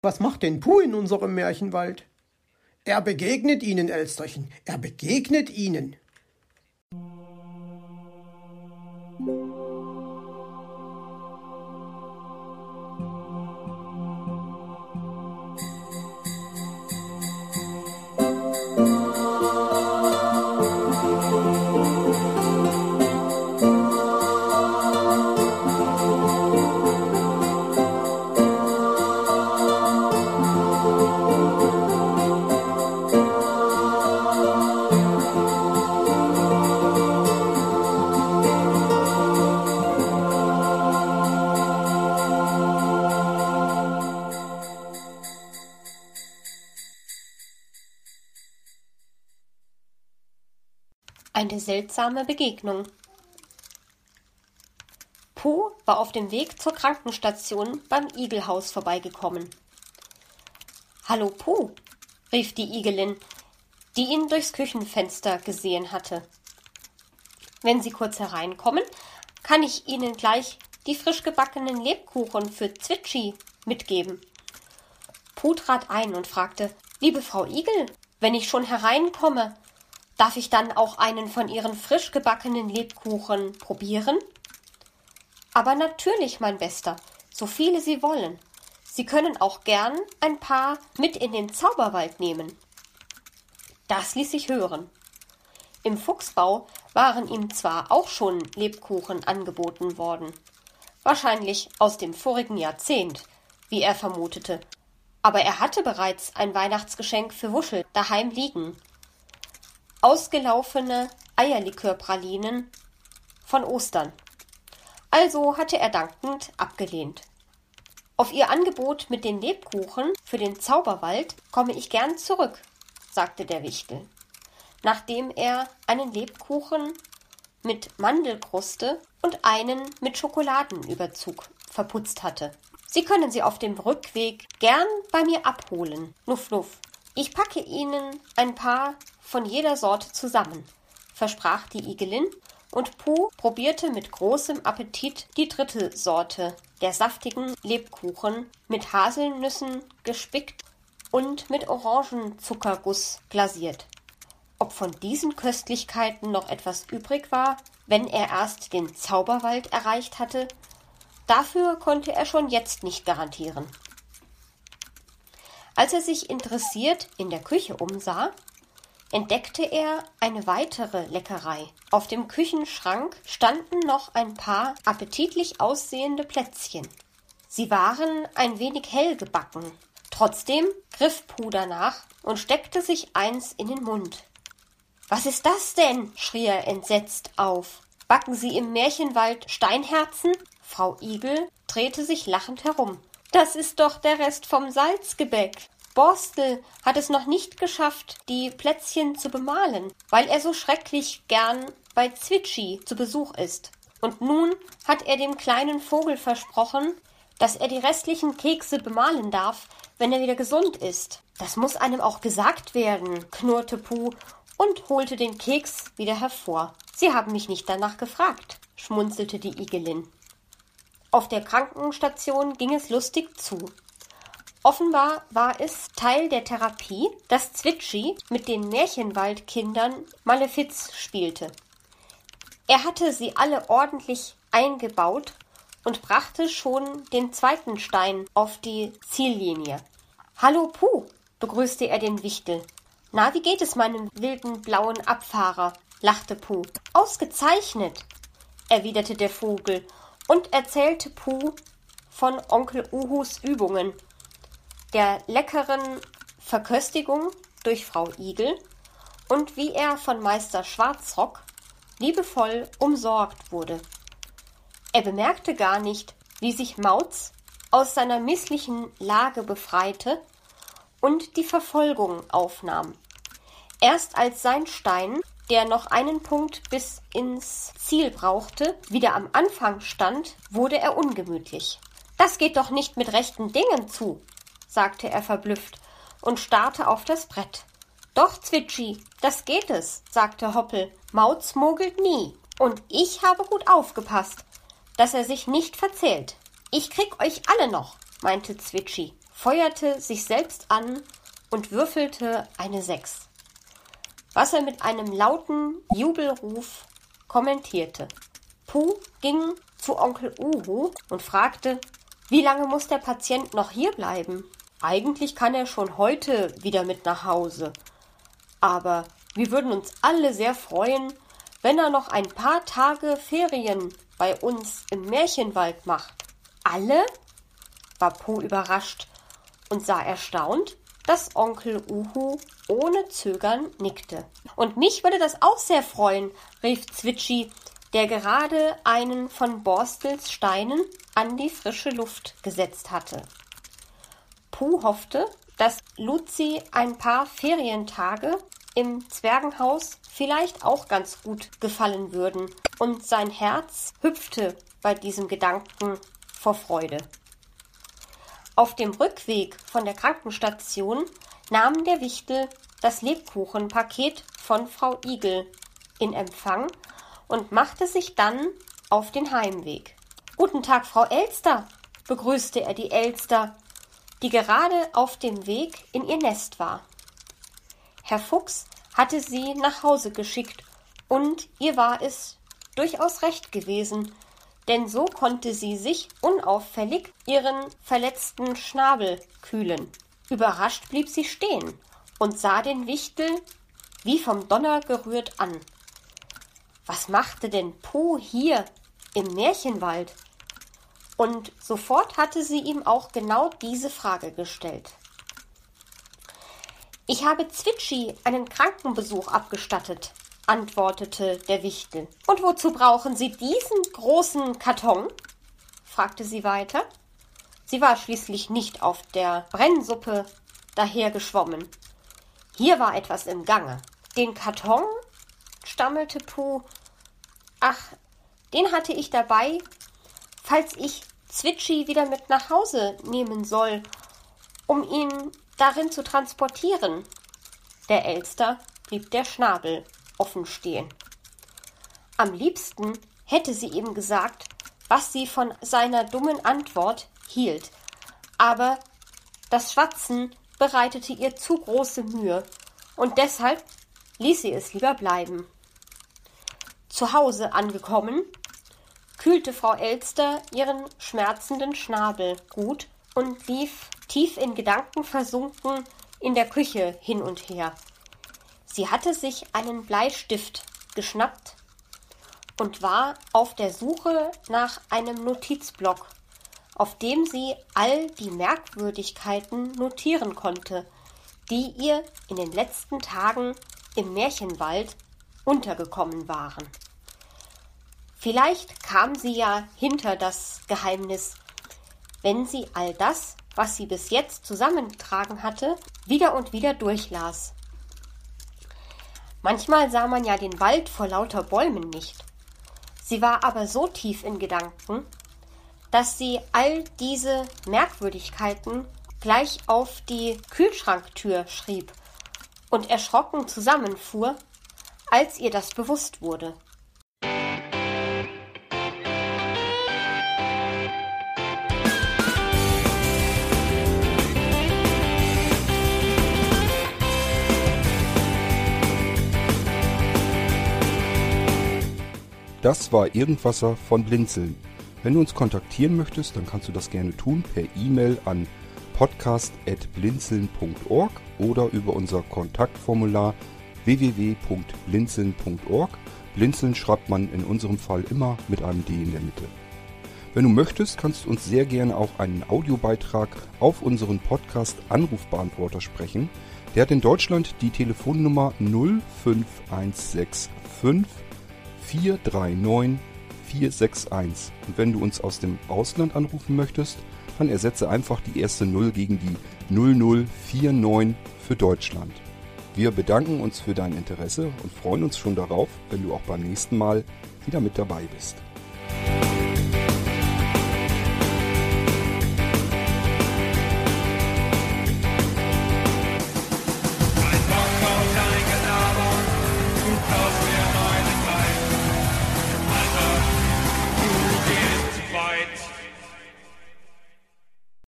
Was macht denn Puh in unserem Märchenwald? Er begegnet Ihnen, Elsterchen, er begegnet Ihnen. Eine seltsame Begegnung. Puh war auf dem Weg zur Krankenstation beim Igelhaus vorbeigekommen. »Hallo Puh«, rief die Igelin, die ihn durchs Küchenfenster gesehen hatte. »Wenn Sie kurz hereinkommen, kann ich Ihnen gleich die frisch gebackenen Lebkuchen für Zwitschi mitgeben.« Puh trat ein und fragte: »Liebe Frau Igel, wenn ich schon hereinkomme, darf ich dann auch einen von Ihren frisch gebackenen Lebkuchen probieren?« »Aber natürlich, mein Bester, so viele Sie wollen. Sie können auch gern ein paar mit in den Zauberwald nehmen.« Das ließ sich hören. Im Fuchsbau waren ihm zwar auch schon Lebkuchen angeboten worden, wahrscheinlich aus dem vorigen Jahrzehnt, wie er vermutete, aber er hatte bereits ein Weihnachtsgeschenk für Wuschel daheim liegen. Ausgelaufene Eierlikörpralinen von Ostern. Also hatte er dankend abgelehnt. »Auf Ihr Angebot mit den Lebkuchen für den Zauberwald komme ich gern zurück«, sagte der Wichtel, nachdem er einen Lebkuchen mit Mandelkruste und einen mit Schokoladenüberzug verputzt hatte. »Sie können sie auf dem Rückweg gern bei mir abholen. Nuff, nuff. Ich packe Ihnen ein paar von jeder Sorte zusammen«, versprach die Igelin, und Puh probierte mit großem Appetit die dritte Sorte der saftigen Lebkuchen, mit Haselnüssen gespickt und mit Orangenzuckerguss glasiert. Ob von diesen Köstlichkeiten noch etwas übrig war, wenn er erst den Zauberwald erreicht hatte, dafür konnte er schon jetzt nicht garantieren. Als er sich interessiert in der Küche umsah, entdeckte er eine weitere Leckerei. Auf dem Küchenschrank standen noch ein paar appetitlich aussehende Plätzchen. Sie waren ein wenig hell gebacken. Trotzdem griff Puh danach und steckte sich eins in den Mund. »Was ist das denn?« schrie er entsetzt auf. »Backen Sie im Märchenwald Steinherzen?« Frau Igel drehte sich lachend herum. »Das ist doch der Rest vom Salzgebäck. Borstel hat es noch nicht geschafft, die Plätzchen zu bemalen, weil er so schrecklich gern bei Zwitschi zu Besuch ist. Und nun hat er dem kleinen Vogel versprochen, dass er die restlichen Kekse bemalen darf, wenn er wieder gesund ist. Das muss einem auch gesagt werden«, knurrte Puh und holte den Keks wieder hervor. »Sie haben mich nicht danach gefragt«, schmunzelte die Igelin. Auf der Krankenstation ging es lustig zu. Offenbar war es Teil der Therapie, dass Zwitschi mit den Märchenwaldkindern Malefiz spielte. Er hatte sie alle ordentlich eingebaut und brachte schon den zweiten Stein auf die Ziellinie. »Hallo Puh«, begrüßte er den Wichtel. »Na, wie geht es meinem wilden blauen Abfahrer?« lachte Puh. »Ausgezeichnet«, erwiderte der Vogel und erzählte Puh von Onkel Uhus Übungen, der leckeren Verköstigung durch Frau Igel und wie er von Meister Schwarzrock liebevoll umsorgt wurde. Er bemerkte gar nicht, wie sich Mauz aus seiner misslichen Lage befreite und die Verfolgung aufnahm. Erst als sein Stein, der noch einen Punkt bis ins Ziel brauchte, wieder am Anfang stand, wurde er ungemütlich. »Das geht doch nicht mit rechten Dingen zu«, sagte er verblüfft und starrte auf das Brett. »Doch, Zwitschi, das geht es«, sagte Hoppel. »Mauz mogelt nie. Und ich habe gut aufgepasst, dass er sich nicht verzählt. Ich krieg euch alle noch«, meinte Zwitschi. feuerte sich selbst an und würfelte eine 6, was er mit einem lauten Jubelruf kommentierte. Puh ging zu Onkel Uhu und fragte, wie lange muss der Patient noch hier bleiben? Eigentlich kann er schon heute wieder mit nach Hause. Aber wir würden uns alle sehr freuen, wenn er noch ein paar Tage Ferien bei uns im Märchenwald macht. Alle? War Puh überrascht und sah erstaunt, dass Onkel Uhu ohne Zögern nickte. Und mich würde das auch sehr freuen, rief Zwitschi, der gerade einen von Borstels Steinen an die frische Luft gesetzt hatte. Puh hoffte, dass Luzi ein paar Ferientage im Zwergenhaus vielleicht auch ganz gut gefallen würden, und sein Herz hüpfte bei diesem Gedanken vor Freude. Auf dem Rückweg von der Krankenstation nahm der Wichtel das Lebkuchenpaket von Frau Igel in Empfang und machte sich dann auf den Heimweg. »Guten Tag, Frau Elster«, begrüßte er die Elster, die gerade auf dem Weg in ihr Nest war. Herr Fuchs hatte sie nach Hause geschickt, und ihr war es durchaus recht gewesen, denn so konnte sie sich unauffällig ihren verletzten Schnabel kühlen. Überrascht blieb sie stehen und sah den Wichtel wie vom Donner gerührt an. Was machte denn Puh hier im Märchenwald? Und sofort hatte sie ihm auch genau diese Frage gestellt. »Ich habe Zwitschi einen Krankenbesuch abgestattet«, antwortete der Wichtel. »Und wozu brauchen Sie diesen großen Karton?« fragte sie weiter. Sie war schließlich nicht auf der Brennsuppe dahergeschwommen. Hier war etwas im Gange. »Den Karton?«, stammelte Puh. »Ach, den hatte ich dabei, falls ich Zwitschi wieder mit nach Hause nehmen soll, um ihn darin zu transportieren.« Der Elster blieb der Schnabel offen stehen. Am liebsten hätte sie ihm gesagt, was sie von seiner dummen Antwort hielt, aber das Schwatzen bereitete ihr zu große Mühe, und deshalb ließ sie es lieber bleiben. Zu Hause angekommen, kühlte Frau Elster ihren schmerzenden Schnabel gut und lief tief in Gedanken versunken in der Küche hin und her. Sie hatte sich einen Bleistift geschnappt und war auf der Suche nach einem Notizblock, auf dem sie all die Merkwürdigkeiten notieren konnte, die ihr in den letzten Tagen im Märchenwald untergekommen waren. Vielleicht kam sie ja hinter das Geheimnis, wenn sie all das, was sie bis jetzt zusammengetragen hatte, wieder und wieder durchlas. Manchmal sah man ja den Wald vor lauter Bäumen nicht. Sie war aber so tief in Gedanken, dass sie all diese Merkwürdigkeiten gleich auf die Kühlschranktür schrieb und erschrocken zusammenfuhr, als ihr das bewusst wurde. Das war Irgendwasser von Blinzeln. Wenn du uns kontaktieren möchtest, dann kannst du das gerne tun per E-Mail an podcast@blinzeln.org oder über unser Kontaktformular www.blinzeln.org. Blinzeln schreibt man in unserem Fall immer mit einem D in der Mitte. Wenn du möchtest, kannst du uns sehr gerne auch einen Audiobeitrag auf unseren Podcast Anrufbeantworter sprechen. Der hat in Deutschland die Telefonnummer 05165 439 461. Und wenn du uns aus dem Ausland anrufen möchtest, dann ersetze einfach die erste 0 gegen die 0049 für Deutschland. Wir bedanken uns für dein Interesse und freuen uns schon darauf, wenn du auch beim nächsten Mal wieder mit dabei bist.